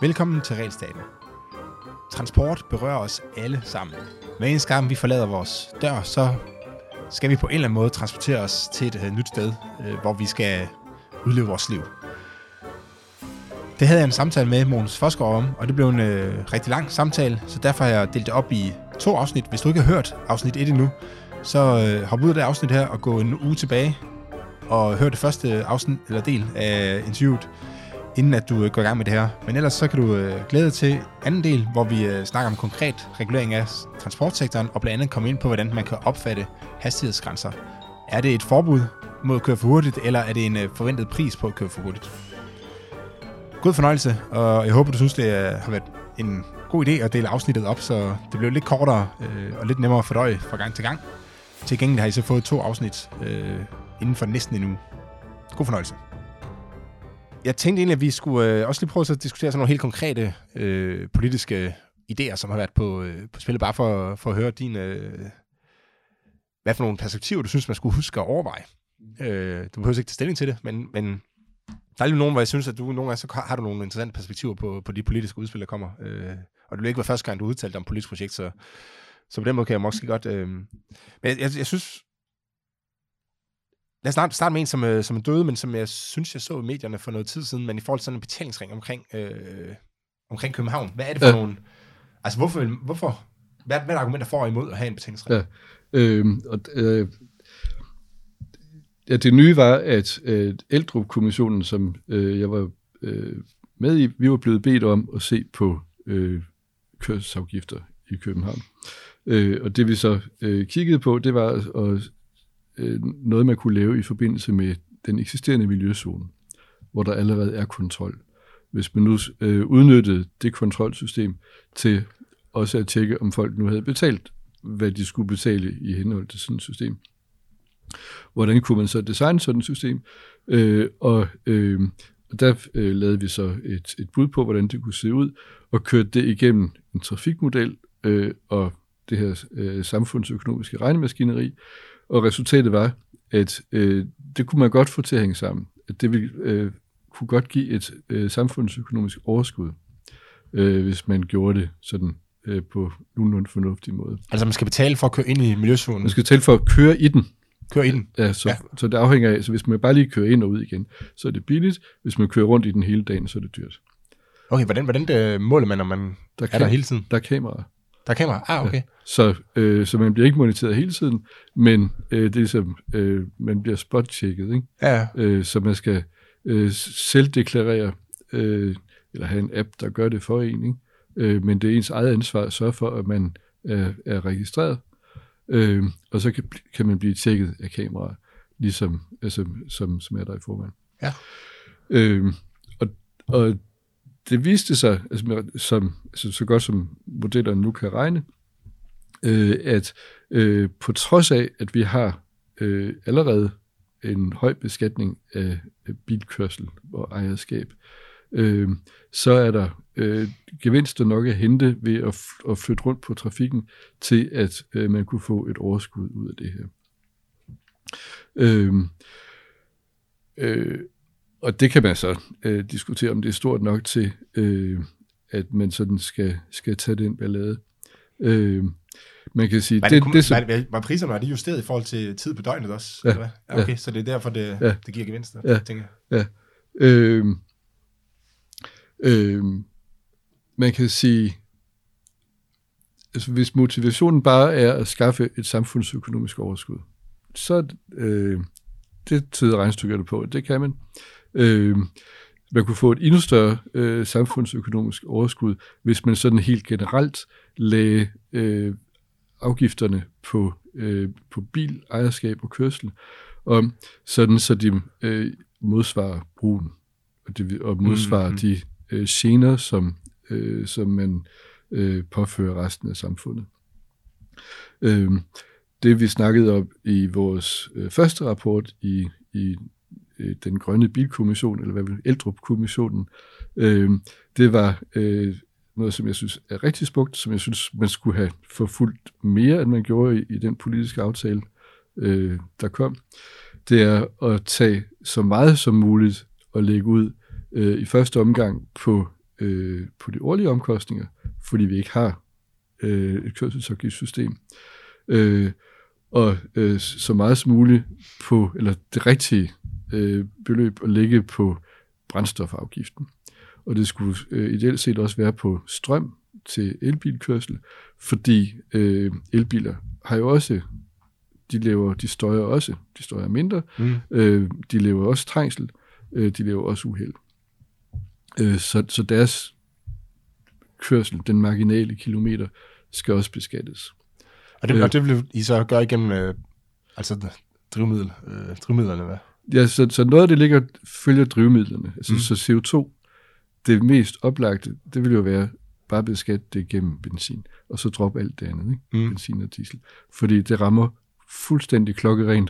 Velkommen til Realstaten. Transport berører os alle sammen. Hver eneste gang vi forlader vores dør, så skal vi på en eller anden måde transportere os til et nyt sted, hvor vi skal udleve vores liv. Det havde jeg en samtale med Mogens Fosgaard om, og det blev en rigtig lang samtale, så derfor har jeg delt det op i 2 afsnit. Hvis du ikke har hørt afsnit 1 endnu, så hop ud af det afsnit her og gå en uge tilbage og hør det første afsnit eller del af interviewet, inden at du går i gang med det her. Men ellers så kan du glæde dig til anden del, hvor vi snakker om konkret regulering af transportsektoren, og blandt andet komme ind på, hvordan man kan opfatte hastighedsgrænser. Er det et forbud mod at køre for hurtigt, eller er det en forventet pris på at køre for hurtigt? God fornøjelse, og jeg håber, du synes, det har været en god idé at dele afsnittet op, så det blev lidt kortere og lidt nemmere at fordøje fra gang til gang. Til gengæld har I så fået 2 afsnit inden for næsten en uge. God fornøjelse. Jeg tænkte egentlig, at vi skulle også lige prøve at diskutere sådan nogle helt konkrete politiske idéer, som har været på spil, bare for at høre din, hvad for nogle perspektiver, du synes, man skulle huske at overveje. Du behøver ikke tage stilling til det, men der er lige nogen, hvor jeg synes, at du nogle gange så har du nogle interessante perspektiver på de politiske udspil, der kommer. Og det vil ikke være første gang, du udtalte om et politisk projekt, så på den måde kan jeg måske godt... Men jeg synes... Lad os starte med en, som er døde, men som jeg synes, jeg så i medierne for noget tid siden, men i forhold til sådan en betalingsring omkring København. Hvad er det for nogle... Altså, hvorfor... Hvad er argumenter for og imod at have en betalingsring? Ja, det nye var, at Eldrup-kommissionen, som jeg var med i, vi var blevet bedt om at se på kørselsafgifter i København. Og det vi så kiggede på, det var noget, man kunne lave i forbindelse med den eksisterende miljøzone, hvor der allerede er kontrol. Hvis man nu udnyttede det kontrolsystem til også at tjekke, om folk nu havde betalt, hvad de skulle betale i henhold til sådan et system. Hvordan kunne man så designe sådan et system? Og der lavede vi så et bud på, hvordan det kunne se ud, og kørte det igennem en trafikmodel og det her samfundsøkonomiske regnemaskineri. Og resultatet var, at det kunne man godt få til at hænge sammen. At det ville kunne godt give et samfundsøkonomisk overskud, hvis man gjorde det sådan på nogenlunde fornuftig måde. Altså man skal betale for at køre ind i miljøzonen? Man skal betale for at køre i den. Køre i den? Ja, så det afhænger af, så hvis man bare lige kører ind og ud igen, så er det billigt. Hvis man kører rundt i den hele dagen, så er det dyrt. Okay, hvordan måler man, når man der hele tiden? Der er kameraer. Der er kameraer? Ah, okay. Ja, så man bliver ikke moniteret hele tiden, men det er som, man bliver spot-checket, ikke? Ja. Så man skal selvdeklarere, eller have en app, der gør det for en, ikke? Men det er ens eget ansvar at sørge for, at man er registreret. Og så kan man blive tjekket af kameraer, ligesom som er der i forvejen. Ja. Og det viste sig, så godt som modellerne nu kan regne, at på trods af, at vi har allerede en høj beskatning af bilkørsel og ejerskab, så er der gevinster nok at hente ved at flytte rundt på trafikken, til at man kunne få et overskud ud af det her. Og det kan man så diskutere, om det er stort nok til, at man sådan skal tage den ballade. Man kan sige... Var priserne, var de justeret i forhold til tid på døgnet også? Ja, eller hvad? Ja, okay, så det er derfor, det giver gevinster, tænker jeg. Ja. Man kan sige, altså hvis motivationen bare er at skaffe et samfundsøkonomisk overskud, så det tyder regnestykkerne på, at det kan man. Man kunne få et endnu større samfundsøkonomisk overskud, hvis man sådan helt generelt lagde afgifterne på bil, ejerskab og kørsel, og sådan så de modsvarer brugen, og modsvarer de gener, som man påfører resten af samfundet. Det vi snakkede om i vores første rapport i den grønne bilkommission, eller hvad vil Eldrup-kommissionen, det var noget, som jeg synes er rigtig smukt, som jeg synes, man skulle have forfulgt mere, end man gjorde i den politiske aftale, der kom. Det er at tage så meget som muligt og lægge ud i første omgang på på de årlige omkostninger, fordi vi ikke har et kørselsafgiftssystem. Og så meget som muligt på, eller det rigtige beløb at lægge på brændstofafgiften. Og det skulle ideelt set også være på strøm til elbilkørsel, fordi elbiler har jo også, de støjer mindre, de laver også trængsel, de laver også uheld. Så deres kørsel, den marginale kilometer, skal også beskattes. Og det vil I så gøre igennem drivmidlerne, hvad? Ja, så noget af det følger drivmidlerne. Altså, så CO2, det mest oplagte, det vil jo være bare beskatte det gennem benzin, og så droppe alt det andet, ikke? Benzin og diesel. Fordi det rammer fuldstændig klokkerent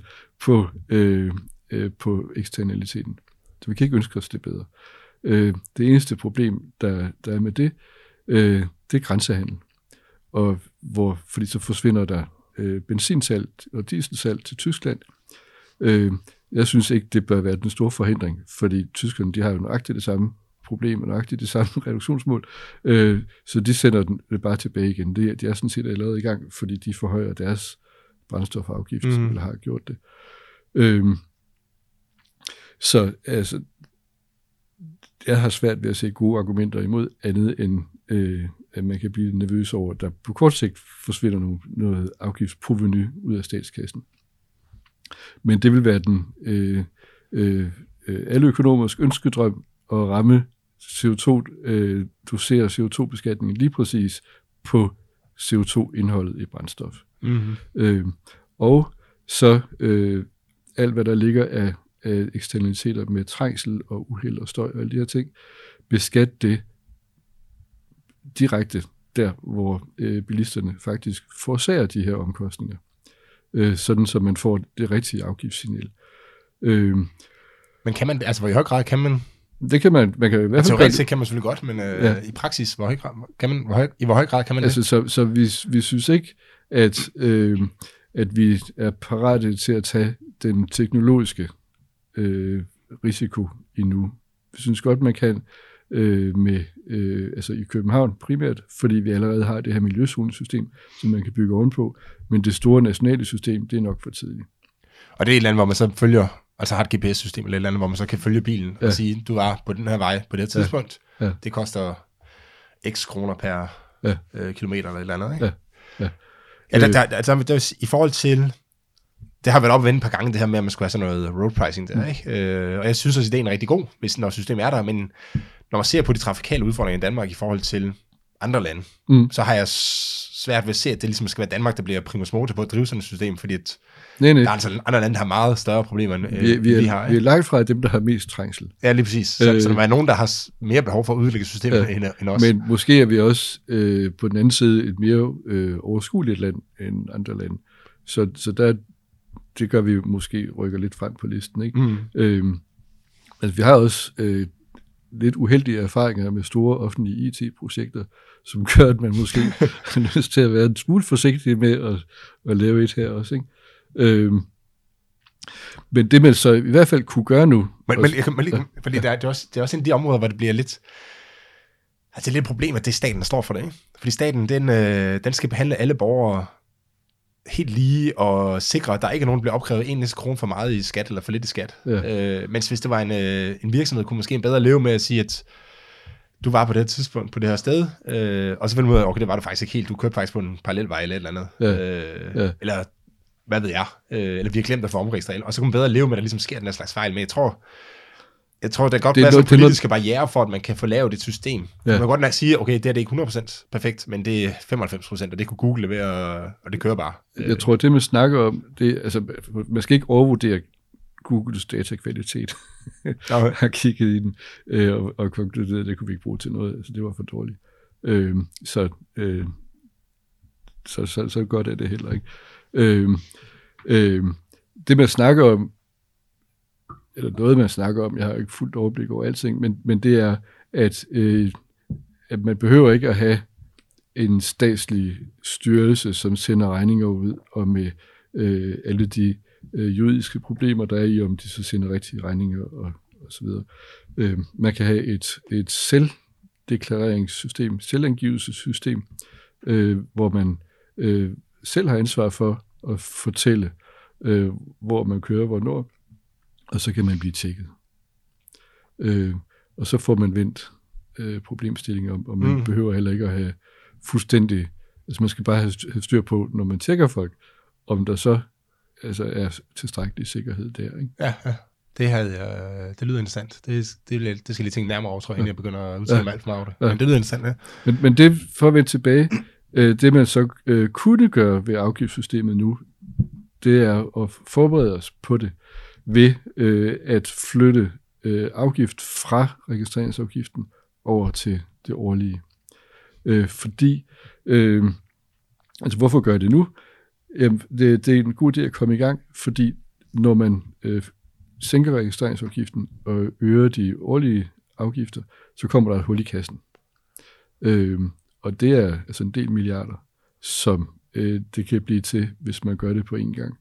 på eksternaliteten. Så vi kan ikke ønske os det bedre. Det eneste problem, der er med det er grænsehandel. Fordi så forsvinder der benzinsalt og dieselsalt til Tyskland. Jeg synes ikke, det bør være den store forhindring, fordi tyskerne, de har jo nøjagtigt det samme problem, og nøjagtigt det samme reduktionsmål, så de sender det bare tilbage igen. De er sådan set allerede i gang, fordi de forhøjer deres brændstofafgift, eller har gjort det. Så altså, jeg har svært ved at se gode argumenter imod andet end at man kan blive nervøs over, at der på kort sigt forsvinder noget afgiftsprovenu ud af statskassen. Men det vil være den alle økonomers ønskedrøm at ramme dosere CO2-beskatningen lige præcis på CO2-indholdet i brændstof. Og så alt, hvad der ligger af eksternaliteter med trængsel og uheld og støj og alle de her ting, beskatte det direkte der, hvor bilisterne faktisk forårsager de her omkostninger. Sådan, så man får det rigtige afgiftssignal. Men kan man, altså hvor i høj grad kan man? Det kan man kan i hvert fald. Teoretisk set kan man selvfølgelig godt, men i praksis, hvor høj grad kan man det? Altså, så vi synes ikke, at vi er parate til at tage den teknologiske risiko endnu. Vi synes godt, man kan altså i København primært, fordi vi allerede har det her miljøzonesystem, som man kan bygge ovenpå, men det store nationale system, det er nok for tidligt. Og det er et eller andet, hvor man så følger, altså har et GPS-system eller et eller andet, hvor man så kan følge bilen og sige, du var på den her vej på det her tidspunkt. Ja. Det koster x kroner per kilometer eller et eller andet, ikke? I forhold til, det har været op at vende et par gange, det her med, at man skulle have sådan noget road pricing der, ikke? Og jeg synes også, at ideen er rigtig god, når systemet er der, men når man ser på de trafikale udfordringer i Danmark i forhold til andre lande, så har jeg svært ved at se, at det ligesom skal være Danmark, der bliver primus motor på at drive sådan et system, fordi der er altså andre lande, der har meget større problemer, end vi har. Vi er langt fra dem, der har mest trængsel. Ja, lige præcis. Så der er nogen, der har mere behov for at udvikle systemet end os. Men måske er vi også på den anden side et mere overskueligt land end andre lande. Så der, det gør vi måske rykker lidt frem på listen, ikke? Altså vi har også lidt uheldige erfaringer med store offentlige IT-projekter, som gør, at man måske har lyst til at være en smule forsigtig med at lave et her også, ikke? Men det man så i hvert fald kunne gøre nu... Fordi det er også en af de områder, hvor det bliver lidt... Altså det er lidt et problem, at det er staten, der står for det, ikke? Fordi staten, den skal behandle alle borgere helt lige og sikre, at der ikke er nogen, der bliver opkrævet en krone for meget i skat, eller for lidt i skat. Ja. Mens hvis det var en virksomhed, kunne måske bedre leve med at sige, at du var på det her tidspunkt, på det her sted, og så finder man ud af, okay, det var du faktisk ikke helt, du kørte faktisk på en parallelvej eller et eller andet. Eller hvad ved jeg, eller vi har glemt at få omregistreret, og så kunne man bedre leve med, at der ligesom sker den her slags fejl. Men jeg tror, der godt være sådan politiske barriere for, at man kan få lavet et system. Ja. Man kan godt sige, okay, det er ikke 100% perfekt, men det er 95%, og det kunne Google levere, og det kører bare. Jeg tror, det man snakker om, altså, man skal ikke overvurdere Googles datakvalitet. Jeg har kigget i den, og konkluderet, at det kunne vi ikke bruge til noget. Altså, det var for dårligt. Så godt er det heller ikke. Det man snakker om, eller noget man snakker om, jeg har ikke fuldt overblik over alting, men det er, at man behøver ikke at have en statslig styrelse, som sender regninger ud, og med alle de juridiske problemer, der er i, om de så sender rigtige regninger og så videre. Man kan have et selvedeklareringssystem, selvangivelsessystem, hvor man selv har ansvar for at fortælle, hvor man kører, hvornår, og så kan man blive tjekket. Og så får man vendt problemstillinger, og man behøver heller ikke at have fuldstændig, altså man skal bare have styr på, når man tjekker folk, om der så er tilstrækkelig sikkerhed der. Ikke? Ja. Det lyder interessant. Det skal jeg lige tænke nærmere over, tror jeg, inden jeg begynder at udtale mig alt for meget over det. Men det lyder interessant, ja. Men det, for at vende tilbage, det man så kunne gøre ved afgiftssystemet nu, det er at forberede os på det ved at flytte afgift fra registreringsafgiften over til det årlige. Fordi, altså hvorfor gør det nu? Jamen, det er en god idé at komme i gang, fordi når man sænker registreringsafgiften og øger de årlige afgifter, så kommer der et hul i kassen. Og det er altså en del milliarder, som det kan blive til, hvis man gør det på en gang.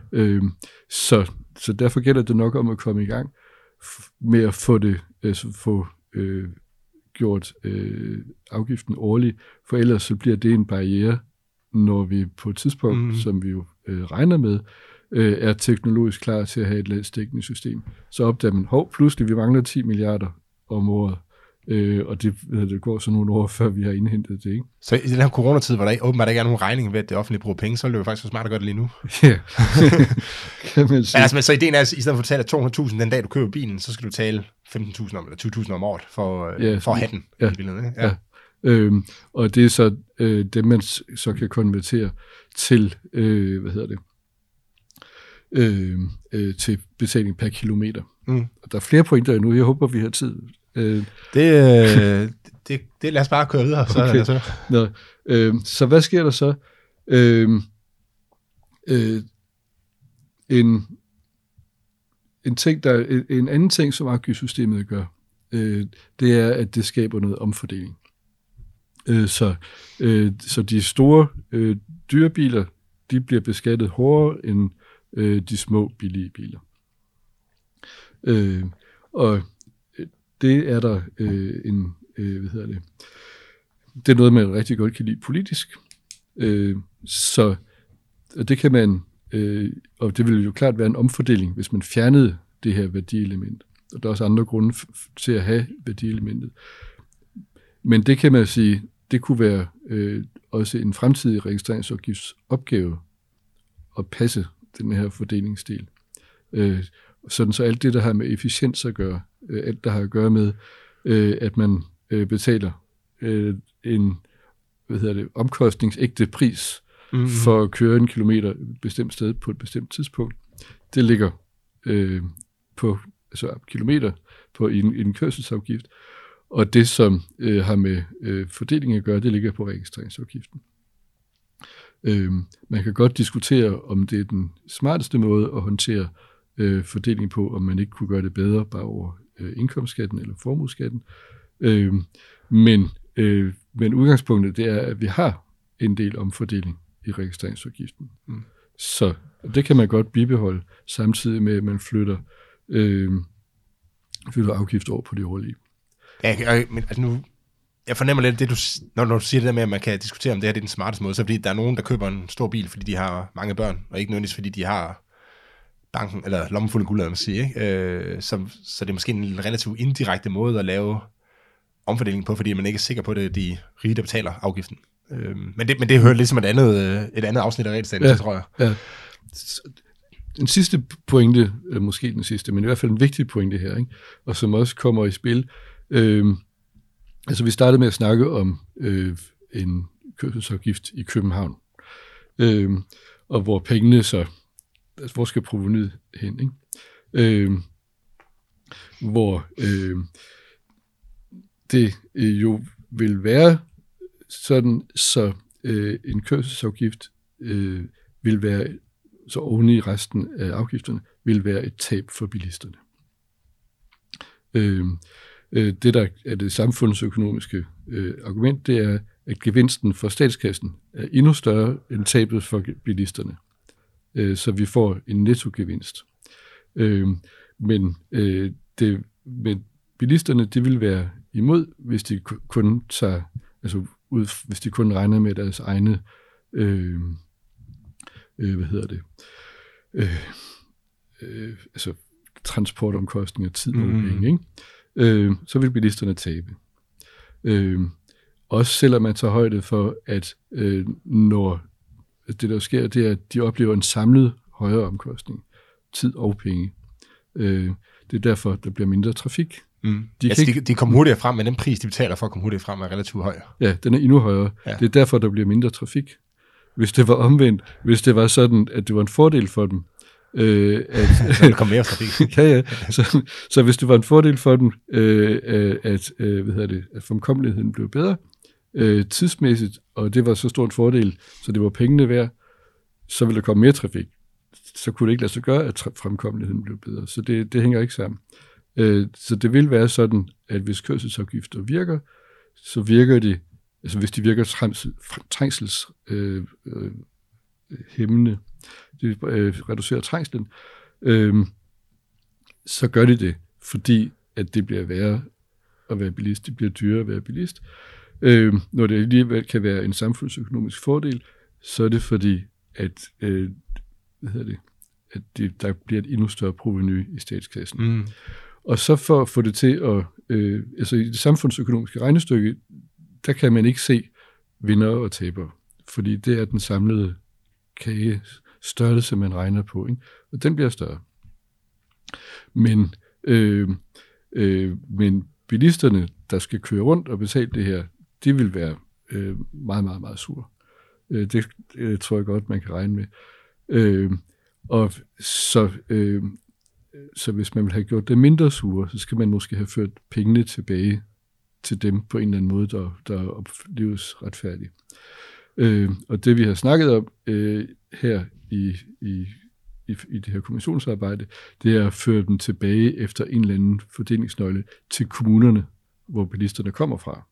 Så derfor gælder det nok om at komme i gang med at få gjort afgiften årlig, for ellers så bliver det en barriere, når vi på et tidspunkt, som vi jo regner med, er teknologisk klar til at have et landsdækkende system. Så opdager man, pludselig vi mangler 10 milliarder om året, og det går så nogle år, før vi har indhentet det, ikke? Så i den her coronatid, hvor der åbenbart ikke er nogen regning ved, at det offentlige bruger penge, så er det jo faktisk så smart at gøre det lige nu. Ja, kan man sige. Men så ideen er, at i stedet for at betale 200.000 den dag, du køber bilen, så skal du betale 15.000 eller 20.000 om året for at have den. Ja. I billedet, ikke? Ja. Og det er så det, man så kan konvertere til, til betaling per kilometer. Og der er flere pointer endnu. Jeg håber, vi har tid. Det lad os bare køre videre. Okay. Så hvad sker der så? En anden ting, som afgiftssystemet gør, det er, at det skaber noget omfordeling. Så de store dyre biler, de bliver beskattet hårdere end de små billige biler. Og det er der det er noget, man rigtig godt kan lide politisk. Så det kan man, og det ville jo klart være en omfordeling, hvis man fjernede det her værdieelement. Og der er også andre grunde til at have værdielementet. Men det kan man sige, det kunne være også en fremtidig registreringsafgiftsopgave at passe den her fordelingsdel. Sådan så alt det, der har med efficiens at gøre, alt der har at gøre med, at man betaler en omkostningsægte pris for at køre en kilometer et bestemt sted på et bestemt tidspunkt, det ligger på kilometer i en kørselsafgift, og det, som har med fordeling at gøre, det ligger på registreringsafgiften. Man kan godt diskutere, om det er den smarteste måde at håndtere fordeling på, om man ikke kunne gøre det bedre bare over indkomstskatten eller formueskatten. Men udgangspunktet det er, at vi har en del omfordeling i registreringsafgiften. Så det kan man godt bibeholde, samtidig med, at man flytter afgift over på det årlige. Ja, men altså nu, jeg fornemmer lidt, det når du siger det der med, at man kan diskutere, om det her det er den smarteste måde, så fordi der er nogen, der køber en stor bil, fordi de har mange børn, og ikke nødvendigvis, fordi de har banken, eller lommen fuld af guld, man sige, ikke? Så det er måske en relativt indirekte måde at lave omfordeling på, fordi man ikke er sikker på, at det er de rige, der betaler afgiften. Men det hører ligesom et andet afsnit af regelstaten, tror jeg. Ja. Den sidste pointe, måske den sidste, men i hvert fald en vigtig pointe her, ikke? Og som også kommer i spil. Vi startede med at snakke om en kørselsafgift i København, og hvor pengene så, altså hvor skal provenuet hen, ikke? Hvor det jo vil være sådan, så en kørselsafgift vil være, så oven i resten af afgifterne, vil være et tab for bilisterne. Det, der er det samfundsøkonomiske argument, det er, at gevinsten for statskassen er endnu større end tabet for bilisterne. Så vi får en nettogevinst. Men bilisterne, det vil være imod, hvis de kun tager, altså hvis de kun regner med deres egne, altså transportomkostninger, tid og penge, ikke? Så vil bilisterne tabe. Også selvom man tager højde for, at når det der sker, det er, at de oplever en samlet højere omkostning, tid og penge. Det er derfor, der bliver mindre trafik. De kommer hurtigere frem, men den pris, de betaler for at komme hurtigere frem, er relativt højere. Ja, den er endnu højere. Ja. Det er derfor, der bliver mindre trafik. Hvis det var omvendt, hvis det var sådan, at det var en fordel for dem, så der kom mere trafik. ja. Så hvis det var en fordel for dem, at fremkommeligheden blev bedre tidsmæssigt, og det var så stor en fordel, så det var pengene værd, så ville der komme mere trafik. Så kunne det ikke lade sig gøre, at fremkommeligheden blev bedre. Så det hænger ikke sammen. Så det vil være sådan, at hvis kørselsafgifter virker, så virker de, altså hvis de virker trængselshæmmende, det reducerer trængslen, så gør de det, fordi at det bliver værre at være bilist, det bliver dyrere at være bilist. Når det alligevel kan være en samfundsøkonomisk fordel, så er det fordi, at der bliver et endnu større provenu i statskassen. Og så for at få det til at, altså i det samfundsøkonomiske regnestykke, der kan man ikke se vinder og tabere, fordi det er den samlede kage størrelse, man regner på, ikke? Og den bliver større. Men bilisterne, der skal køre rundt og betale det her, de vil være meget, meget, meget sure. Det tror jeg godt, man kan regne med. Og så hvis man vil have gjort det mindre sure, så skal man måske have ført pengene tilbage til dem på en eller anden måde, der opleves retfærdigt. Og det vi har snakket om her i det her kommissionsarbejde, det er at føre dem tilbage efter en eller anden fordelingsnøgle til kommunerne, hvor bilisterne kommer fra.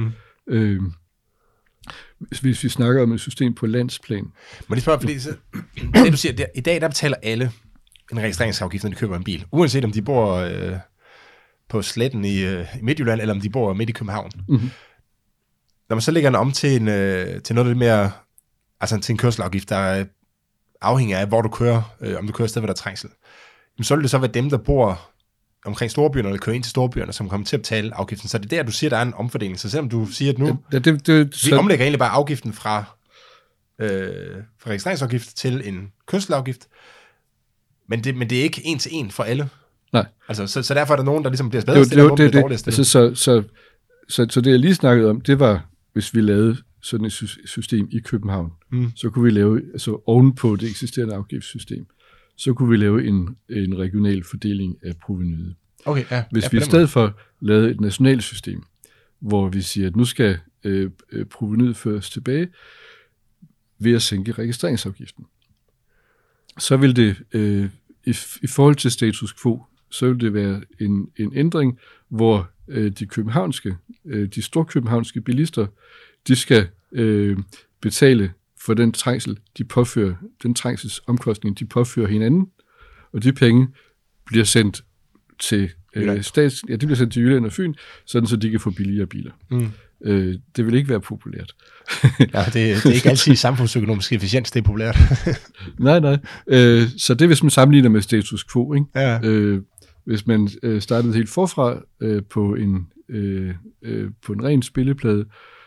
Hvis vi snakker om et system på landsplan. Må jeg spørge, fordi det du siger, i dag der betaler alle en registreringsafgift, når de køber en bil, uanset om de bor på Sletten i Midtjylland, eller om de bor midt i København. Når man så lægger den om til noget af det mere, altså til en kørselsafgift, der afhænger af, hvor du kører, om du kører et sted, hvor der er trængsel, så vil det så være dem, der bor omkring storbyerne, eller kører ind til storbyerne, som kommer til at betale afgiften. Så det er der, du siger, der er en omfordeling. Så selvom du siger, at nu, vi omlægger egentlig bare afgiften fra registreringsafgift til en kørselsafgift, men det er ikke en til en for alle. Nej. Altså, så derfor er der nogen, der ligesom bliver bedre stillet, og nogen, der bliver dårligere stillet. Så det, jeg lige snakkede om, det var, hvis vi lavede sådan et system i København, så kunne vi lave, altså ovenpå det eksisterende afgiftssystem, så kunne vi lave en regional fordeling af provenuet. Okay, ja. Hvis vi i stedet for lavede et nationalt system, hvor vi siger, at nu skal provenuet føres tilbage ved at sænke registreringsafgiften, så vil det i forhold til status quo, så vil det være en ændring, hvor de storkøbenhavnske bilister, de skal betale for den trængsel, de påfører, den trængselsomkostning, de påfører hinanden, og de penge bliver sendt til de bliver sendt til Jylland og Fyn, sådan så de kan få billigere biler. Det vil ikke være populært. Ja, det er ikke altid samfundsøkonomisk efficiens, det er populært. Nej. Så det hvis man sammenligner med status quo, ikke? Ja. Hvis man startede helt forfra på en ren spilleplade,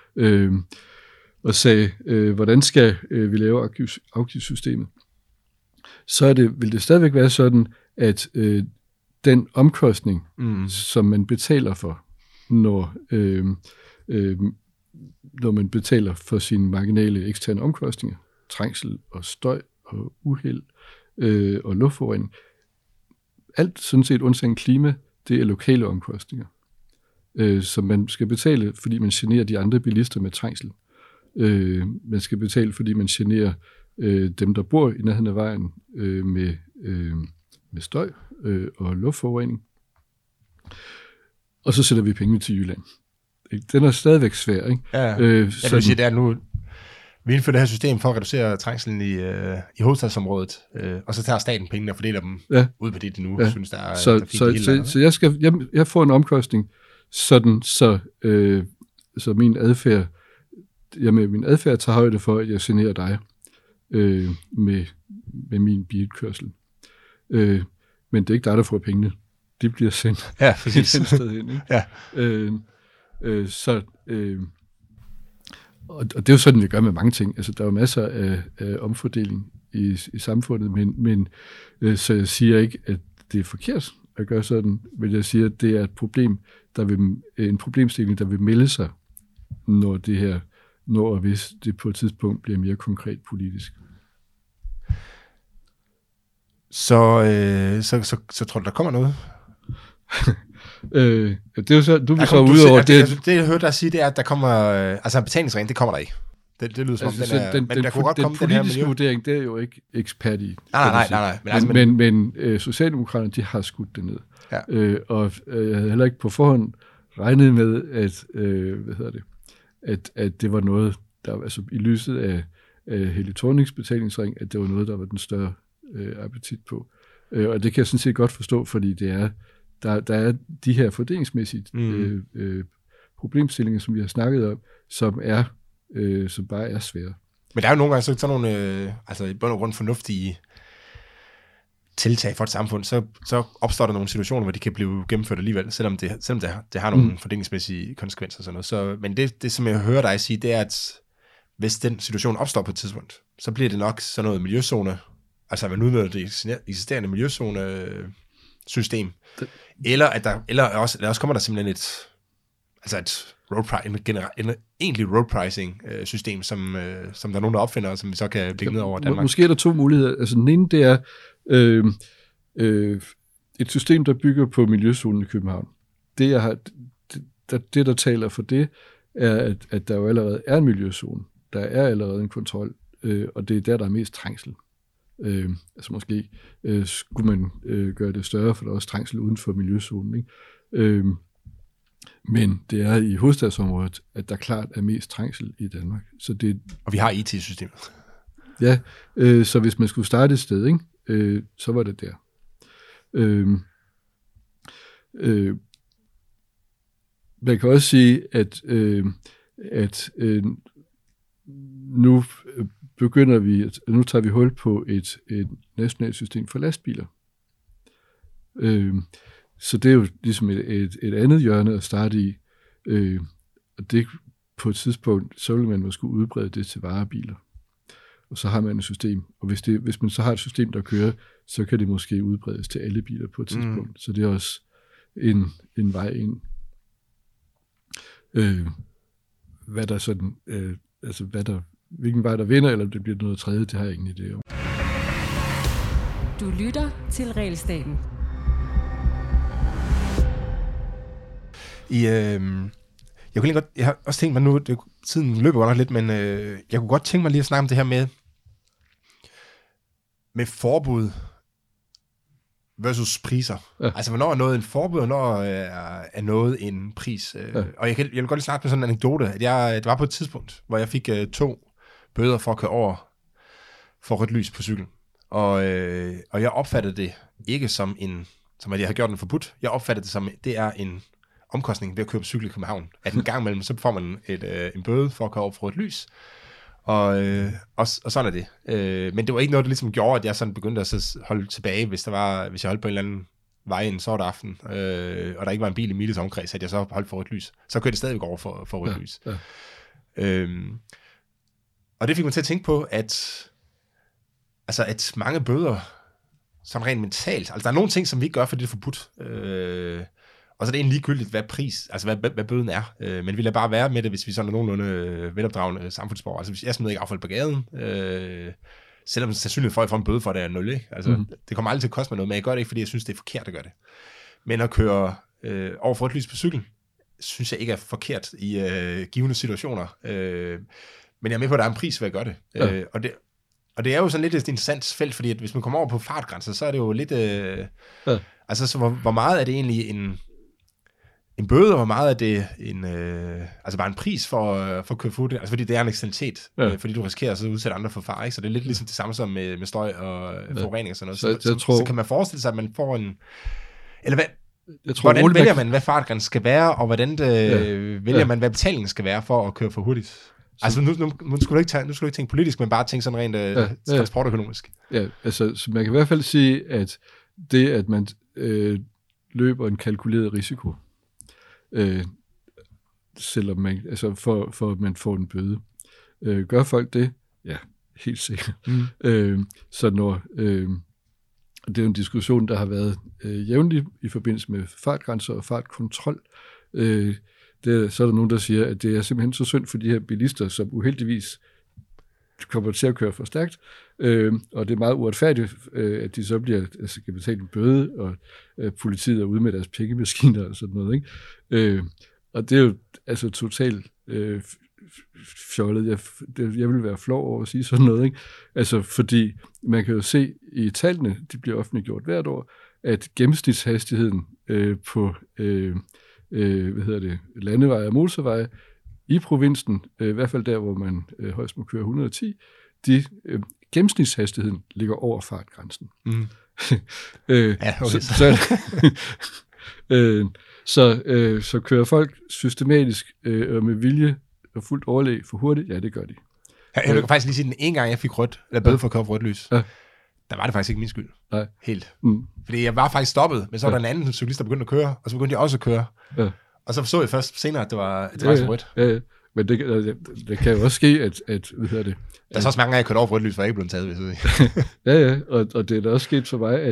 og sagde, hvordan skal vi lave afgiftssystemet, så vil det stadigvæk være sådan, at den omkostning, som man betaler for, når man betaler for sine marginale eksterne omkostninger, trængsel og støj og uheld og luftforurening, alt sådan set undtagen klima, det er lokale omkostninger, som man skal betale, fordi man generer de andre bilister med trængsel. Man skal betale, fordi man generer dem, der bor i nærheden af vejen med støj og luftforurening. Og så sætter vi penge til Jylland. Den er stadigvæk svær, ikke? Ja, jeg vil sige, det er nu, vi indfører det her system for at reducere trængselen i hovedstadsområdet, og så tager staten pengene og fordeler dem ud på det, de nu synes, der er så jeg får en omkostning, sådan så min adfærd, min adfærd tager højde for, at jeg generer dig med min bilkørsel. Men det er ikke dig, der får pengene. De bliver sendt et sted hen. Ikke? Ja. Og det er jo sådan, vi gør med mange ting. Altså, der er jo masser af omfordeling i samfundet, men så jeg siger ikke, at det er forkert at gøre sådan, men jeg siger, at det er et problem, en problemstilling, der vil melde sig, når og hvis det på et tidspunkt bliver mere konkret politisk. Så tror du, der kommer noget? Det er jo så, du vil så ud over det. Det, jeg hørte dig sige, det er, at der kommer, altså en betalingsring, det kommer der ikke. Det lyder som om, men der kunne godt komme den her politiske vurdering, det er jo ikke ekspert i. Nej. Men Socialdemokraterne, de har skudt det ned. Ja. Og jeg havde heller ikke på forhånd regnet med, at det var noget, der altså i lyset af Helle Thornings betalingsring, at det var noget, der var den større appetit på. Og det kan jeg sådan set godt forstå, fordi det er, der er de her fordelingsmæssige problemstillinger, som vi har snakket om, som bare er svære. Men der er jo nogle gange sådan nogle, altså i bund og grund fornuftige tiltag for et samfund, så opstår der nogle situationer, hvor de kan blive gennemført alligevel, selvom det har nogle fordelingsmæssige konsekvenser og sådan noget. Så, men det, som jeg hører dig sige, det er, at hvis den situation opstår på et tidspunkt, så bliver det nok sådan noget miljøzone, altså at man udnytter det eksisterende miljøzone-system, eller også kommer der simpelthen et egentlig road pricing system, som der er nogen, der opfinder, og som vi så kan lægge ned over Danmark. Måske er der to muligheder. Altså den ene, det er et system, der bygger på miljøzonen i København. Det, der taler for det, er, at der jo allerede er en miljøzone. Der er allerede en kontrol, og det er der er mest trængsel. Altså måske skulle man gøre det større, for der er også trængsel uden for miljøzonen, ikke? Men det er i hovedstadsområdet, at der klart er mest trængsel i Danmark. Og vi har IT-systemet. Ja, så hvis man skulle starte et sted, ikke, så var det der. Man kan også sige, at nu tager vi hul på et nationalt system for lastbiler. Så det er jo ligesom et andet hjørne at starte i, og det på et tidspunkt, så vil man måske udbrede det til varebiler. Og så har man et system, og hvis man så har et system, der kører, så kan det måske udbredes til alle biler på et tidspunkt. Så det er også en vej ind. Hvad der sådan, hvilken vej der vinder, eller det bliver noget tredje, det har jeg ingen idé om. Du lytter til Regelstaten. Jeg har også tænkt mig nu, tiden løber godt nok lidt, men jeg kunne godt tænke mig lige at snakke om det her med forbud versus priser. Ja. Altså, hvornår er noget en forbud, og hvornår er noget en pris. Ja. Og jeg vil godt lige snakke med sådan en anekdote, at det var på et tidspunkt, hvor jeg fik 2 bøder for at køre over for rødt lys på cykel. Og jeg opfattede det ikke som at jeg har gjort den forbudt. Jeg opfattede det som, det er en omkostning ved at køre på cykel i København. At en gang imellem, så får man en bøde for at køre over for rødt lys. Og sådan er det. Men det var ikke noget, der ligesom gjorde, at jeg sådan begyndte at holde tilbage, hvis jeg holdt på en eller anden vej en sort aften, og der ikke var en bil i miles omkreds, at jeg så holdt for rødt lys. Så kørte det stadigvæk over for rødt lys. Ja. Og det fik mig til at tænke på, at mange bøder, sådan rent mentalt, altså der er nogle ting, som vi ikke gør, fordi det er forbudt. Og så er det egentlig ligegyldigt, hvad bøden er. Men vi lader bare være med det, hvis vi sådan er nogenlunde velopdragende samfundsborgere. Altså hvis jeg smider ikke affald på gaden, selvom sandsynligheden for, at jeg får en bøde for det er 0, ikke? Altså, det kommer aldrig til at koste mig noget, men jeg gør det ikke, fordi jeg synes, det er forkert at gøre det. Men at køre over for et lys på cykel, synes jeg ikke er forkert i givende situationer. Men jeg er med på, at der er en pris ved at gøre det. Ja. Og det er jo sådan lidt et interessant felt, fordi at hvis man kommer over på fartgrænser, så er det jo lidt... Altså, så hvor meget er det egentlig en bøde, og hvor meget er det bare en pris for at køre fuld? Altså, fordi det er en eksternalitet, fordi du risikerer at udsætte andre for far, ikke? Så det er lidt ligesom det samme som med støj og forurening og sådan noget. Så kan man forestille sig, at man får en... Eller Jeg tror, hvordan vælger man, hvad fartgrænsen skal være, og hvordan vælger man, hvad betalingen skal være for at køre for hurtigt? Altså, nu skulle du ikke tænke politisk, men bare tænke sådan rent transportøkonomisk. Ja, altså, så man kan i hvert fald sige, at det, at man løber en kalkuleret risiko, selvom man, altså for at man får en bøde. Gør folk det? Ja, helt sikkert. Så når... det er jo en diskussion, der har været jævnligt i forbindelse med fartgrænser og fartkontrol. Så er der nogen, der siger, at det er simpelthen så synd for de her bilister, som uheldigvis kommer til at køre for stærkt, og det er meget uretfærdigt, at de så skal betale en bøde, og politiet er ude med deres pengemaskiner og sådan noget. Ikke? Og det er jo altså totalt fjollet. Jeg vil være flov over at sige sådan noget, ikke? Altså, fordi man kan jo se i tallene, de bliver offentliggjort hvert år, at gennemsnitshastigheden på landeveje og motorveje i provinsen, i hvert fald der, hvor man højst må køre 110, gennemsnitshastigheden ligger over fartgrænsen. Ja, okay. Så kører folk systematisk og med vilje og fuldt overlæg for hurtigt? Ja, det gør de. Jeg kan faktisk lige sige, den ene gang, jeg fik bøde for at køre for rødt lys, der var det faktisk ikke min skyld. Nej. Helt. Fordi jeg var faktisk stoppet, men så var der en anden cyklist, der begyndte at køre, og så begyndte jeg også at køre. Ja. Og så jeg først senere, at det var rødt. Ja. Men det kan jo også ske, at hvad hedder det? Der er så også mange gange, jeg kørte over for rødt lys, for jeg ikke blev taget, hvis Ja, og det er da også sket for mig,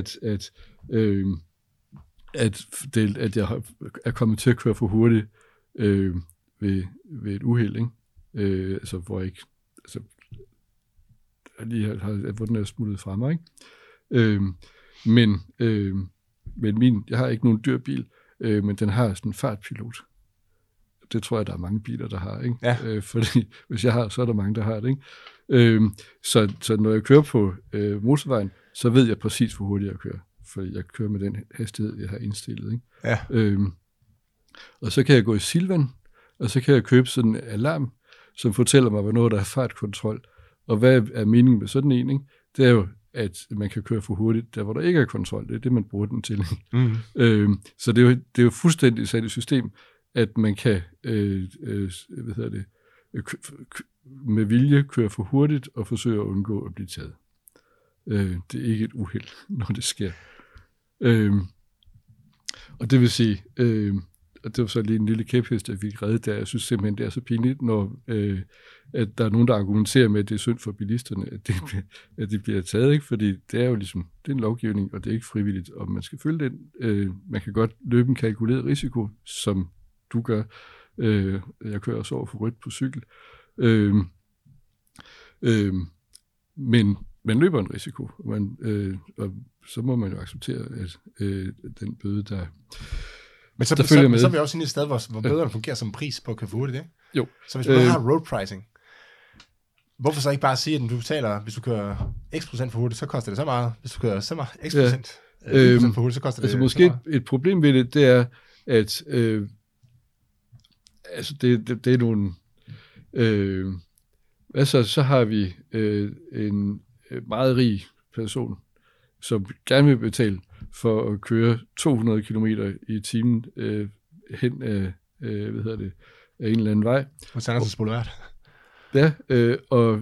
at jeg er kommet til at køre for hurtigt ved et uheld, ikke? Altså, hvor jeg ikke... Altså, hvor den er smuttet fra mig, ikke? Men jeg har ikke nogen dyr bil, men den har sådan en fartpilot. Det tror jeg, der er mange biler, der har, ikke? Ja. Fordi hvis jeg har, så er der mange, der har det, ikke? Så når jeg kører på motorvejen, så ved jeg præcis, hvor hurtigt jeg kører. Fordi jeg kører med den hastighed, jeg har indstillet, ikke? Ja. Og så kan jeg gå i Silvan, og så kan jeg købe sådan en alarm, som fortæller mig, hvornår der er fartkontrol. Og hvad er meningen med sådan en, ikke? Det er jo, at man kan køre for hurtigt, der hvor der ikke er kontrol. Det er det, man bruger den til. Så det er jo fuldstændig sat i system, at man kan med vilje køre for hurtigt og forsøge at undgå at blive taget. Det er ikke et uheld, når det sker. Og det vil sige, og det var så lige en lille kæphest, jeg fik reddet der. Jeg synes simpelthen, det er så pinligt, når at der er nogen, der argumenterer med, at det er synd for bilisterne, at de bliver taget, ikke? Fordi det er jo ligesom, det er en lovgivning, og det er ikke frivilligt, og man skal følge den. Man kan godt løbe en kalkuleret risiko, som du gør. Jeg kører også over for rødt på cykel. Men man løber en risiko, og så må man jo acceptere, at den bøde, der men så er vi også inde i et sted, hvor bøderne fungerer som pris på at køre for hurtigt, ikke? Jo. Så hvis man har road pricing, hvorfor så ikke bare sige, at du betaler, hvis du kører x procent for hurtigt, så koster det så meget. Hvis du kører så meget x procent for hurtigt, så koster det altså så måske meget. Et problem ved det er, at altså det er nogle... så har vi en meget rig person, som gerne vil betale for at køre 200 km i timen hen af, af en eller anden vej. Hos Andersens Boulevard. Ja, og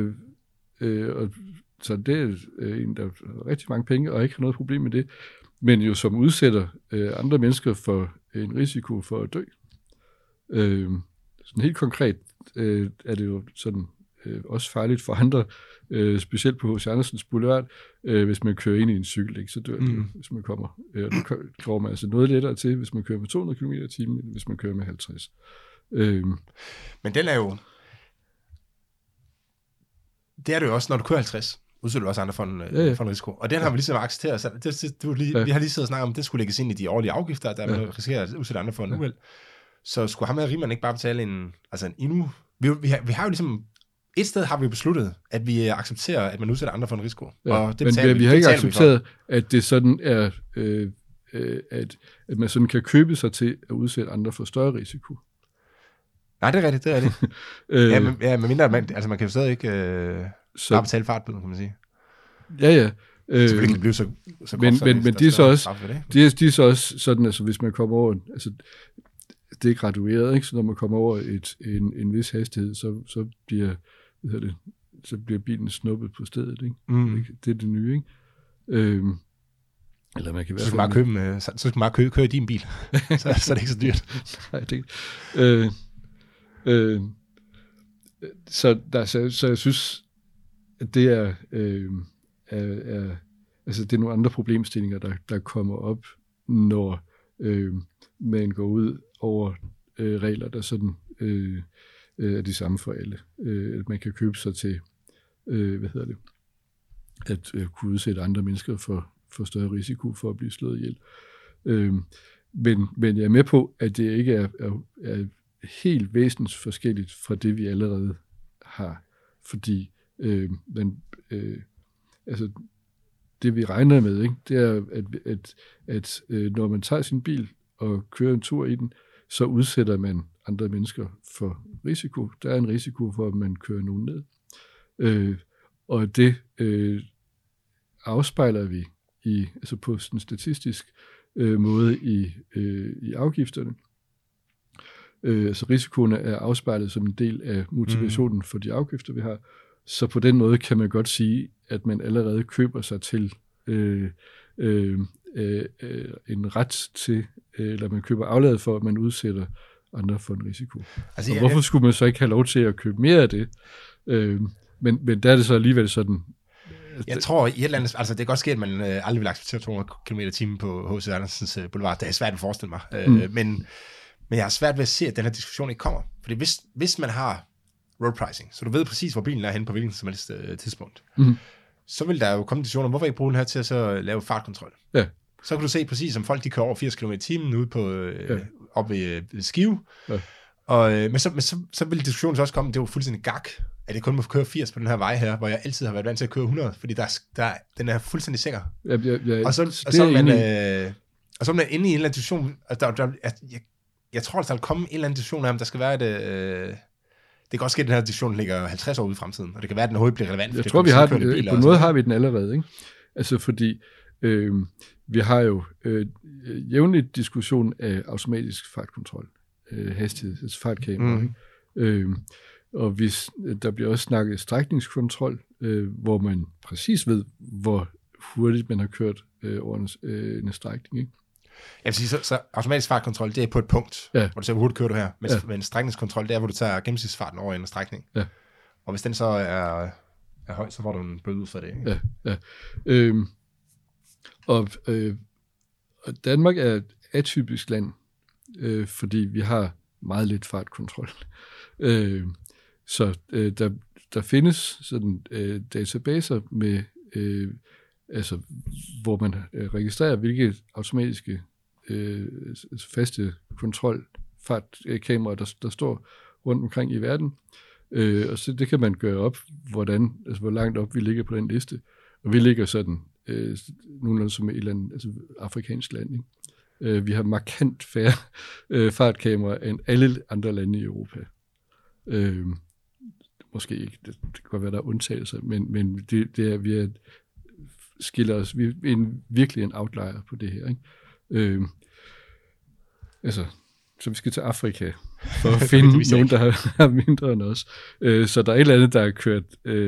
så det er en, der har rigtig mange penge, og ikke har noget problem med det, men jo som udsætter andre mennesker for en risiko for at dø. Sådan helt konkret er det jo sådan også farligt for andre, specielt på H.C. Andersens Boulevard, hvis man kører ind i en cykel, ikke, så dør det jo, hvis man kommer. Det kommer man altså noget lettere til, hvis man kører med 200 km i timen, end hvis man kører med 50. Men den er jo... Det er det jo også, når du kører 50, udsætter du også andre for en risiko. Og den har vi ligesom accepteret. Så vi har lige siddet og snakket om, at det skulle lægges ind i de årlige afgifter, der man risikerer at udsætte andre for en uheld. Så skulle ham og Riemann ikke bare betale en endnu... Vi har jo ligesom... Et sted har vi besluttet, at vi accepterer, at man udsætter andre for en risiko. Ja, og det men vi har ikke accepteret, at det sådan er, at man sådan kan købe sig til at udsætte andre for større risiko. Nej, det er rigtigt. Men mindre, man kan jo stadig ikke bare betale fartbøden, kan man sige. Ja, Selvfølgelig kan det blive så men de er så også sådan, altså hvis man kommer over, altså det er gradueret, ikke? Så når man kommer over en vis hastighed, så bliver bilen snuppet på stedet, ikke? Det er det nye, ikke? Eller man kan så skal man bare køre i din bil. så er det ikke så dyrt. Nej, det så jeg synes, at det er altså det er nogle andre problemstillinger, der kommer op, når man går ud over regler, der sådan er de samme for alle. At man kan købe sig til at kunne udsætte andre mennesker for større risiko for at blive slået ihjel. Men jeg er med på, at det ikke er helt væsentligt forskelligt fra det, vi allerede har. Fordi altså det, vi regner med, ikke, det er, at når man tager sin bil og kører en tur i den, så udsætter man andre mennesker for risiko. Der er en risiko for, at man kører nogen ned. Og det afspejler vi altså på en statistisk måde i afgifterne. Så risikoen er afspejlet som en del af motivationen for de afgifter, vi har. Så på den måde kan man godt sige, at man allerede køber sig til en ret til, eller man køber afladet for, at man udsætter andre for en risiko. Altså, og hvorfor skulle man så ikke have lov til at købe mere af det? Men der er det så alligevel sådan. Jeg tror, i et eller andet, altså det kan godt ske, at man aldrig vil acceptere 200 km/t på H.C. Andersens Boulevard. Det er svært at forestille mig. Men jeg har svært ved at se, at den her diskussion ikke kommer. Fordi hvis man har road pricing, så du ved præcis, hvor bilen er henne på hvilken som helst tidspunkt, så vil der jo komme diskussioner om, hvorfor ikke bruge den her til at så lave fartkontrol. Ja. Så kan du se præcis, om folk de kører over 80 km/t ude på op ved Skive. Ja. Men så vil diskussionen så også komme, det er jo fuldstændig gak, at det kun må køre 80 på den her vej her, hvor jeg altid har været vant til at køre 100, fordi den er fuldstændig sikker. Og så er man inde i en eller anden diskussion, jeg tror, der vil komme en eller anden diskussion om, der skal være det kan også ske, at den her diskussion ligger 50 år ude i fremtiden, og det kan være, at den overhovedet bliver relevant. Jeg tror, vi har den, på en måde har vi den allerede, ikke? Altså fordi vi har jo jævnligt diskussion af automatisk fartkontrol, hastighed, fartkamera, ikke? Og hvis der bliver også snakket strækningskontrol, hvor man præcis ved, hvor hurtigt man har kørt over en strækning, ikke? Jeg vil sige, så automatisk fartkontrol, det er på et punkt, hvor du ser, hvor hurtigt kører du her. Men strækningskontrol, det er, hvor du tager gennemsnitsfarten over en strækning. Ja. Og hvis den så er høj, så får du en bøde ud for det, ikke? Ja. Og Danmark er et atypisk land, fordi vi har meget lidt fartkontrol. Så der findes sådan databaser med altså hvor man registrerer hvilke automatiske faste kontrolfartkameraer der står rundt omkring i verden. Og så det kan man gøre op, hvor langt op vi ligger på den liste. Og vi ligger sådan nogenlunde som et eller andet afrikansk land, ikke? Vi har markant færre fartkameraer end alle andre lande i Europa. Måske ikke, det kan godt være, der er undtagelser, men det er, vi skiller os, vi er virkelig en outlier på det her, ikke? Så vi skal til Afrika for at finde nogen, der har mindre end os. Så der er et eller andet, der er kørt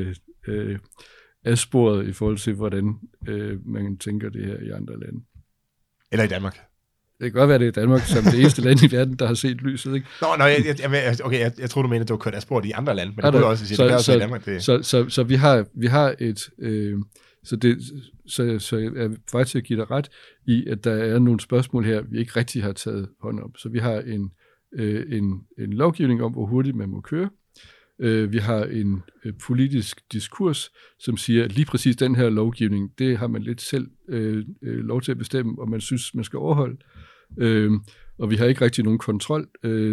af sporet i forhold til, hvordan man tænker det her i andre lande. Eller i Danmark. Det kan godt være, det er Danmark som det eneste land i verden, der har set lyset, ikke? Jeg tror du mener, at du har kørt af sporet i andre lande, men det kunne også sige, det er også i Danmark. Det. Så vi har et... Så jeg er faktisk til at give dig ret i, at der er nogle spørgsmål her, vi ikke rigtig har taget hånd om. Så vi har en lovgivning om, hvor hurtigt man må køre. Vi har en politisk diskurs, som siger, at lige præcis den her lovgivning, det har man lidt selv lov til at bestemme, og man synes, man skal overholde. Og vi har ikke rigtig nogen kontrol,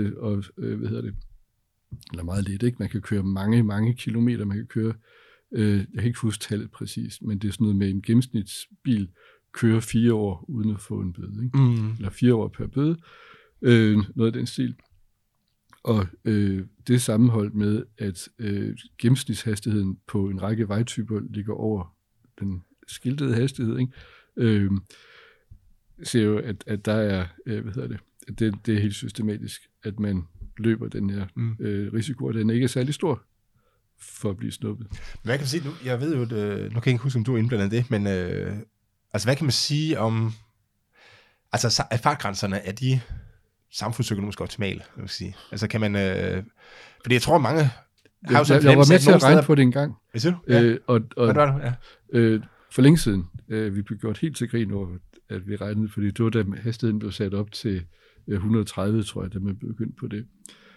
eller meget lidt, ikke? Man kan køre mange kilometer, man kan køre, jeg kan ikke huske tallet præcis, men det er sådan noget med en gennemsnitsbil kører 4 år uden at få en bøde, ikke? Eller 4 år per bøde, noget af den stil. Og det er sammenholdt med, at gennemsnitshastigheden på en række vejtyper ligger over den skiltede hastighed, ikke? Ser jo, at der er, at det er helt systematisk, at man løber den her risiko, og den ikke er særlig stor for at blive snuppet. Hvad kan man sige? Jeg ved jo, nu kan jeg ikke huske, om du er indblandet i det, men altså, hvad kan man sige om, altså, er fartgrænserne, er de samfundsøkonomisk optimale, vil jeg sige? Altså, kan man, fordi jeg tror, mange har jo sådan jeg var med til at regne på det en gang. Hvad siger du? Ja. Hvad var du? Ja. For længe siden, vi blev gjort helt til grin over, at vi regnede, fordi det var da hastigheden blev sat op til 130, tror jeg, da man begyndte på det.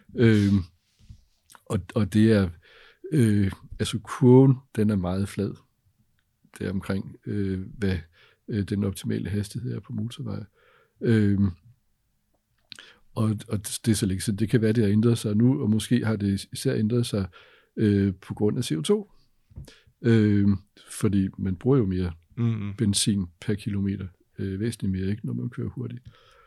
Og det er, altså kurven, den er meget flad. Det er omkring, hvad den optimale hastighed er på motorveje. Og det er så længe siden. Det kan være, det har ændret sig nu, og måske har det især ændret sig på grund af CO2. Fordi man bruger jo mere benzin per kilometer. Væsentligt mere, ikke, når man kører hurtigt.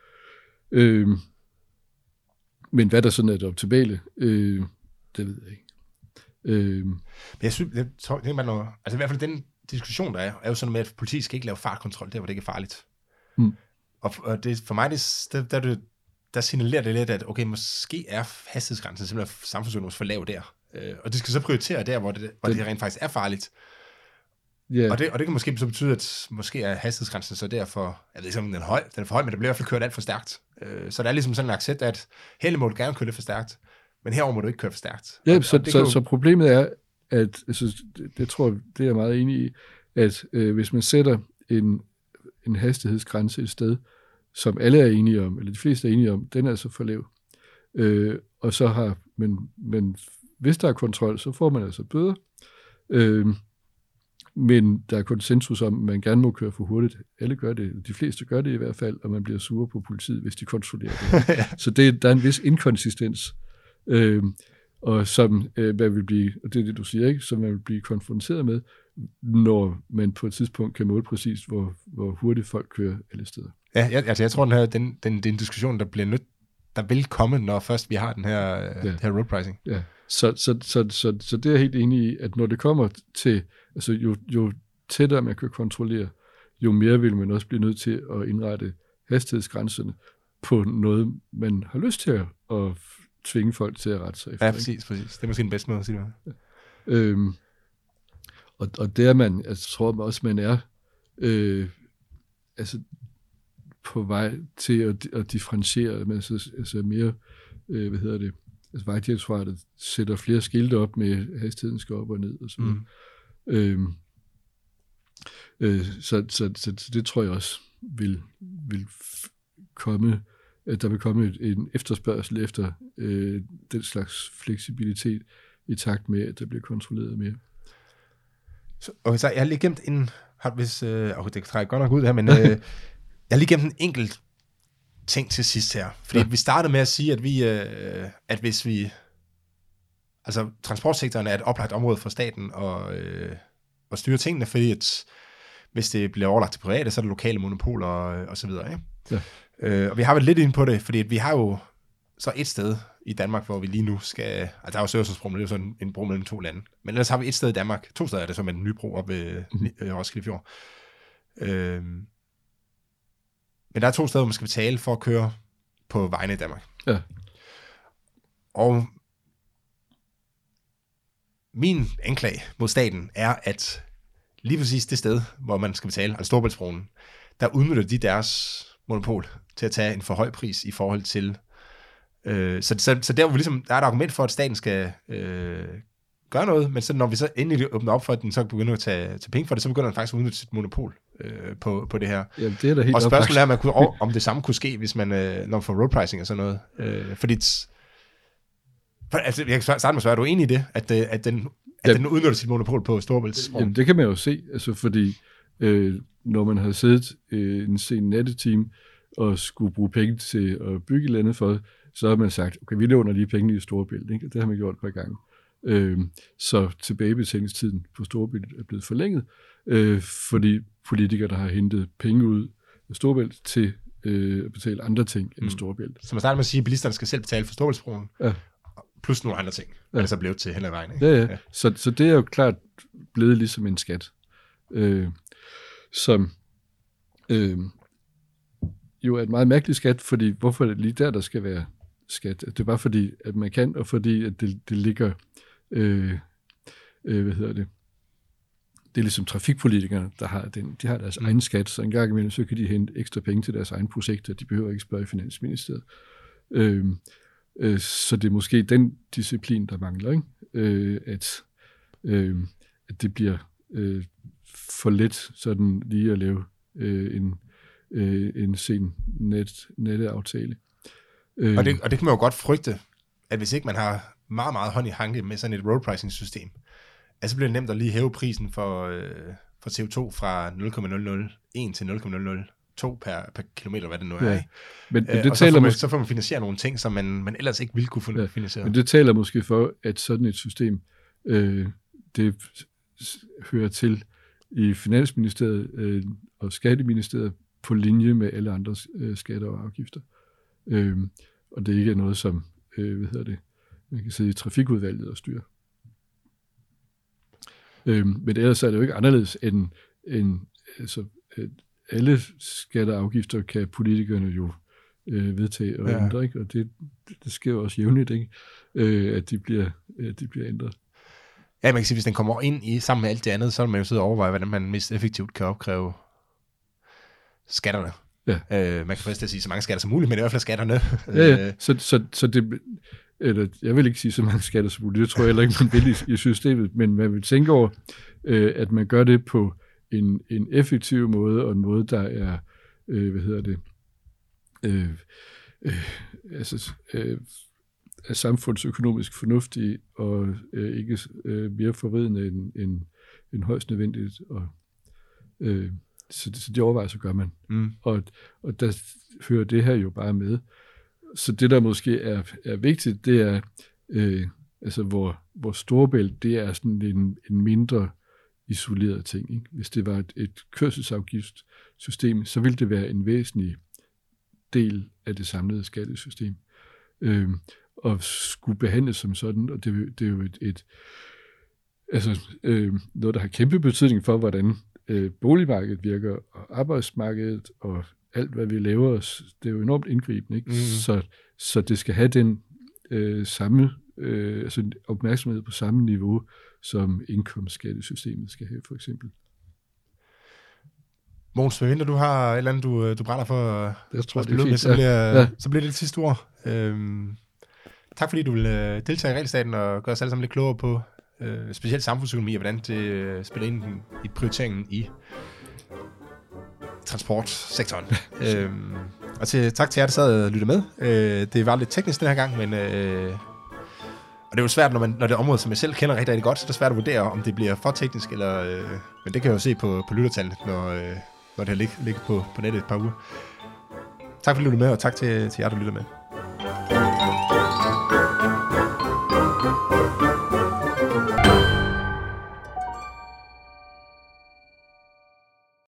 Men hvad der sådan er det optimale, det ved jeg ikke. Men jeg synes, altså i hvert fald den diskussion, der er jo sådan med, at politiet skal ikke lave fartkontrol der, hvor det ikke er farligt. Og det, for mig, der signalerer det lidt, at okay, måske er hastighedsgrænsen simpelthen samfundsøkonomisk for lav der. Og det skal så prioritere der, hvor det rent faktisk er farligt. Yeah. Og det kan måske så betyde, at måske er hastighedsgrænsen så derfor, jeg ved ikke, om den er for høj, men det bliver i hvert fald kørt alt for stærkt. Så der er ligesom sådan en accept, at her må du gerne køre lidt for stærkt, men herover må du ikke køre for stærkt. Ja, så problemet er, at altså, det tror jeg, det er jeg meget enig i, at hvis man sætter en hastighedsgrænse et sted, som alle er enige om, eller de fleste er enige om, den er altså for lav. Og så har, men hvis der er kontrol, så får man altså bøder. Men der er konsensus om, at man gerne må køre for hurtigt. Alle gør det, de fleste gør det i hvert fald, og man bliver sure på politiet, hvis de kontrollerer det. Ja. Så der er en vis inkonsistens, og som hvad vil blive, og det er det, du siger, ikke, som man vil blive konfronteret med, når man på et tidspunkt kan måle præcis, hvor hurtigt folk kører alle steder. Ja, altså jeg tror, den diskussion, der vil komme, når først vi har den her, det her road pricing. Ja. Så det er jeg helt enig i, at når det kommer til, altså jo tættere man kan kontrollere, jo mere vil man også blive nødt til at indrette hastighedsgrænserne på noget, man har lyst til at tvinge folk til at rette sig efter. Ja, præcis. Det er måske den bedste måde at sige det. Ja. Og der man, altså tror man også, man er altså på vej til at differentiere, men altså mere, altså Vejdirektoratet sætter flere skilte op med hastigheden skal op og ned og sådan noget. Så det tror jeg også vil komme, at der vil komme en efterspørgsel efter den slags fleksibilitet i takt med, at der bliver kontrolleret mere. Okay, så jeg har lige gemt det trækker godt nok ud her, men jeg har lige gemt en enkelt ting til sidst her. Fordi vi startede med at sige, at hvis vi, altså transportsektoren er et oplagt område for staten at styre tingene, fordi at hvis det bliver overlagt til private, så er der lokale monopoler og så videre. Ikke? Ja. Og vi har været lidt inde på det, fordi at vi har jo så et sted i Danmark, hvor vi lige nu skal, altså der er jo Søresundsbroen, det er jo sådan en bro mellem to lande, men ellers har vi et sted i Danmark, 2 steder er det så med den nye bro op ved Roskilde Fjord. Men der er 2 steder, hvor man skal betale for at køre på vejene i Danmark. Ja. Og min anklage mod staten er, at lige præcis det sted, hvor man skal betale, altså Storebæltsbroen, der udnytter de deres monopol til at tage en for høj pris i forhold til. Så der, hvor ligesom, der er et argument for, at staten skal gøre noget, men så når vi så endelig åbner op for, at den så begynder at tage penge for det, så begynder den faktisk at udnytte sit monopol på det her. Jamen, det er da helt og spørgsmålet er, om det samme kunne ske, hvis man når man får road pricing og sådan noget. Fordi altså, jeg kan starte med at svare, er du enig i det, at den udnytter sit monopol på Storebæltsbroen? Jamen, det kan man jo se, altså fordi når man har siddet en sen nattetime og skulle bruge penge til at bygge et eller andet for, så har man sagt, okay, vi låner lige penge i Storebælt, ikke? Det har man gjort et par gange. Så tilbagebetalingstiden på Storebælt er blevet forlænget, fordi politikere, der har hentet penge ud af Storebælt til at betale andre ting end Storebælt. Så man starter med at sige, at bilisterne skal selv betale for Storebæltsbroen, plus nogle andre ting, der så blevet til hen ad vejen. Ikke? Ja. Så det er jo klart blevet ligesom en skat. som jo er et meget mærkeligt skat, fordi hvorfor er det lige der skal være skat? Det er bare fordi, at man kan, og fordi, at det ligger, det er ligesom trafikpolitikerne, der har de har deres egen skat, så en gang imellem, så kan de hente ekstra penge til deres egen projekter, de behøver ikke spørge i Finansministeriet. Så det er måske den disciplin, der mangler, ikke? At det bliver for let sådan lige at lave en sen netteaftale. Og det kan man jo godt frygte, at hvis ikke man har meget, meget hånd i hanke med sådan et road pricing system, så bliver det nemt at lige hæve prisen for CO2 fra 0,001 til 0,002 per kilometer, hvad det nu er. Ja. Men det og så får man finansieret nogle ting, som man ellers ikke ville kunne finansiere. Men det taler måske for, at sådan et system, det hører til i Finansministeriet og Skatteministeriet på linje med alle andre skatter og afgifter. Og det ikke er noget, som man kan sidde i trafikudvalget og styre. Men ellers er det jo ikke anderledes end alle skatter og afgifter kan politikerne jo vedtage og ændre, ikke? Og det sker jo også jævnligt, ikke? At de bliver ændret. Ja, man kan sige, hvis den kommer ind i sammen med alt det andet, så vil man jo sidde og overveje, hvordan man mest effektivt kan opkræve skatterne. Ja. Man kan faktisk sige så mange skatter som muligt, men i hvert fald skatterne. Ja. Så det, eller jeg vil ikke sige så mange skatter som muligt, det tror jeg heller ikke, man vil i systemet, men man vil tænke over, at man gør det på en effektiv måde, og en måde, der er, er samfundsøkonomisk fornuftig, og ikke mere forvridende end højst nødvendigt. Og, så de overvejelser gør man. Og der hører det her jo bare med. Så det, der måske er vigtigt, det er, hvor Storebælt, det er sådan en mindre isoleret ting. Ikke? Hvis det var et kørselsafgiftssystem, så ville det være en væsentlig del af det samlede skattesystem. Og skulle behandles som sådan, og det er jo noget, der har kæmpe betydning for, hvordan boligmarkedet virker, og arbejdsmarkedet, og alt, hvad vi laver os, det er jo enormt indgribende, ikke? Så det skal have den samme opmærksomhed på samme niveau, som indkomstskattesystemet skal have, for eksempel. Mogens, medmindre du har et eller andet, du brænder for at spille ud med, så bliver det sidste ord. Tak fordi du vil deltage i Regelstaten og gøre os alle sammen lidt klogere på specielt samfundsøkonomi, og hvordan det spiller ind i prioriteringen i transportsektoren. Og tak til jer, der sad og lyttede med. Det var lidt teknisk den her gang, men og det er jo svært, når det er et område, som jeg selv kender rigtig, rigtig godt, så det er svært at vurdere, om det bliver for teknisk, eller, men det kan jeg jo se på lyttertallet, når det har ligget på nettet et par uger. Tak fordi du lyttede med, og tak til jer, der lytter med.